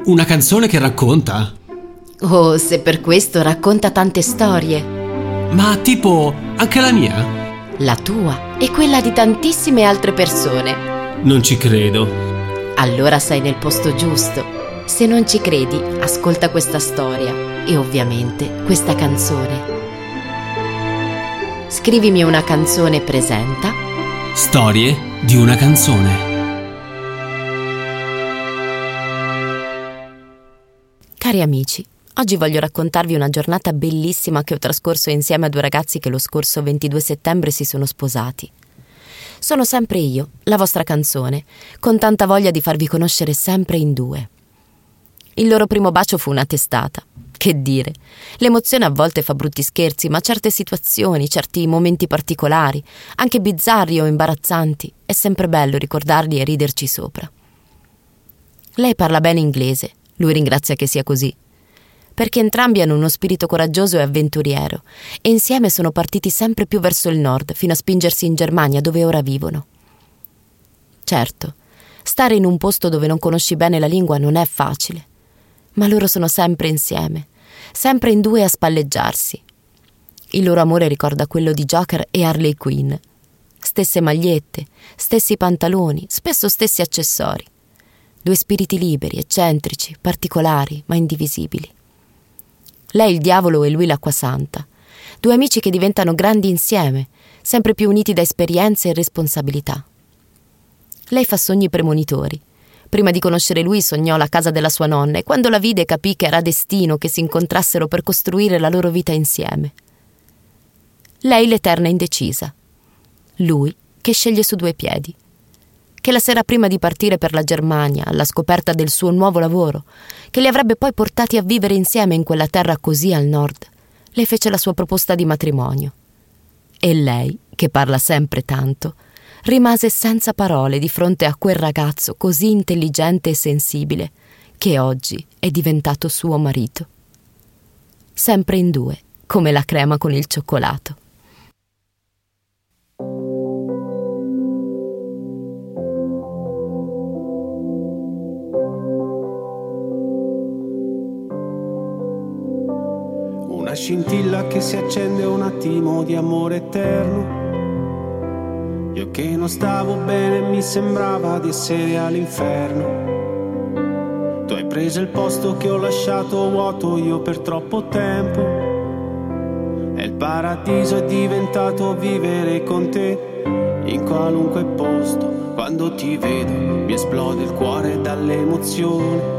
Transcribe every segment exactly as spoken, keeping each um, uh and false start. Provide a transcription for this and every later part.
Una canzone che racconta? Oh, se per questo racconta tante storie. Ma tipo, anche la mia? La tua e quella di tantissime altre persone. Non ci credo. Allora sei nel posto giusto. Se non ci credi, ascolta questa storia e ovviamente questa canzone. Scrivimi una canzone presenta Storie di una canzone. Cari amici, oggi voglio raccontarvi una giornata bellissima che ho trascorso insieme a due ragazzi che lo scorso ventidue settembre si sono sposati. Sono sempre io, la vostra canzone, con tanta voglia di farvi conoscere sempre in due. Il loro primo bacio fu una testata. Che dire, l'emozione a volte fa brutti scherzi, ma certe situazioni, certi momenti particolari, anche bizzarri o imbarazzanti, è sempre bello ricordarli e riderci sopra. Lei parla bene inglese. Lui ringrazia che sia così, perché entrambi hanno uno spirito coraggioso e avventuriero e insieme sono partiti sempre più verso il nord fino a spingersi in Germania, dove ora vivono. Certo, stare in un posto dove non conosci bene la lingua non è facile, ma loro sono sempre insieme, sempre in due a spalleggiarsi. Il loro amore ricorda quello di Joker e Harley Quinn. Stesse magliette, stessi pantaloni, spesso stessi accessori. Due spiriti liberi, eccentrici, particolari, ma indivisibili. Lei il diavolo e lui l'acqua santa. Due amici che diventano grandi insieme, sempre più uniti da esperienze e responsabilità. Lei fa sogni premonitori. Prima di conoscere lui sognò la casa della sua nonna e quando la vide capì che era destino che si incontrassero per costruire la loro vita insieme. Lei l'eterna indecisa. Lui che sceglie su due piedi. Che la sera prima di partire per la Germania, alla scoperta del suo nuovo lavoro, che li avrebbe poi portati a vivere insieme in quella terra così al nord, le fece la sua proposta di matrimonio. E lei, che parla sempre tanto, rimase senza parole di fronte a quel ragazzo così intelligente e sensibile, che oggi è diventato suo marito. Sempre in due, come la crema con il cioccolato. Una scintilla che si accende un attimo di amore eterno. Io che non stavo bene mi sembrava di essere all'inferno. Tu hai preso il posto che ho lasciato vuoto io per troppo tempo. E il paradiso è diventato vivere con te in qualunque posto. Quando ti vedo mi esplode il cuore dall'emozione.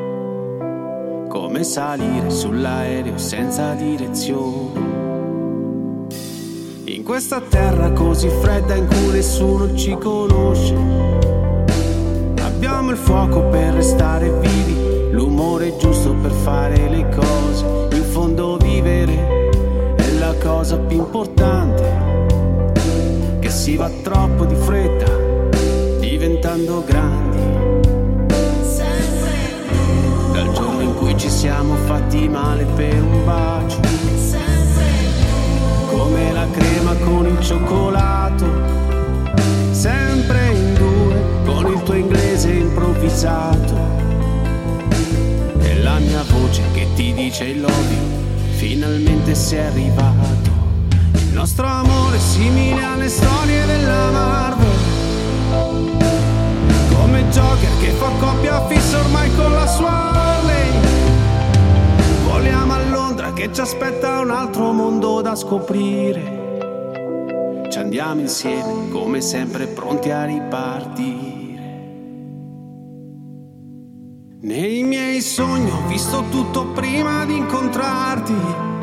Come salire sull'aereo senza direzione. In questa terra così fredda in cui nessuno ci conosce. Abbiamo il fuoco per restare vivi, l'umore giusto per fare le cose. In fondo vivere è la cosa più importante. Che si va troppo di fretta, diventando grandi. Dal giorno in cui ci siamo fatti male per un bacio, come la crema con il cioccolato. Sempre in due, con il tuo inglese improvvisato. E la mia voce che ti dice I love you, finalmente sei arrivato. Il nostro amore è simile alle storie della Marvel. Come Joker che fa coppia fissa ormai con la sua Harley. Voliamo a Londra che ci aspetta un altro mondo da scoprire. Ci andiamo insieme come sempre pronti a ripartire. Nei miei sogni ho visto tutto prima di incontrarti.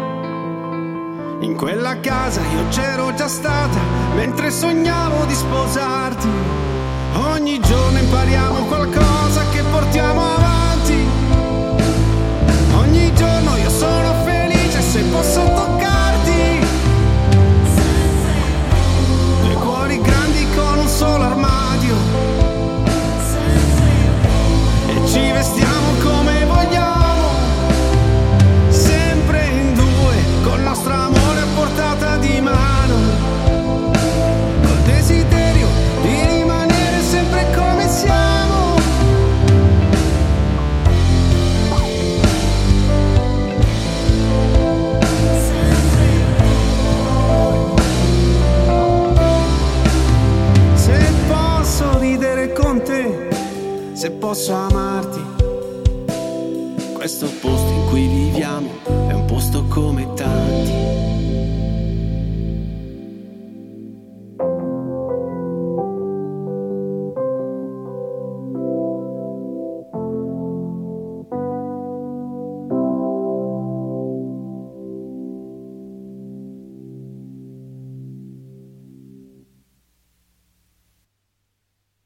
In quella casa io c'ero già stata mentre sognavo di sposarti. Ogni giorno impariamo qualcosa che portiamo avanti. Ogni giorno io sono felice se posso toccarti. Due cuori grandi con un solo armadio. E ci vestiamo come vogliamo. Sempre in due, col nostro amore a portata di mano. Col desiderio di rimanere sempre come siamo. amore, se posso amarti. Questo posto in cui viviamo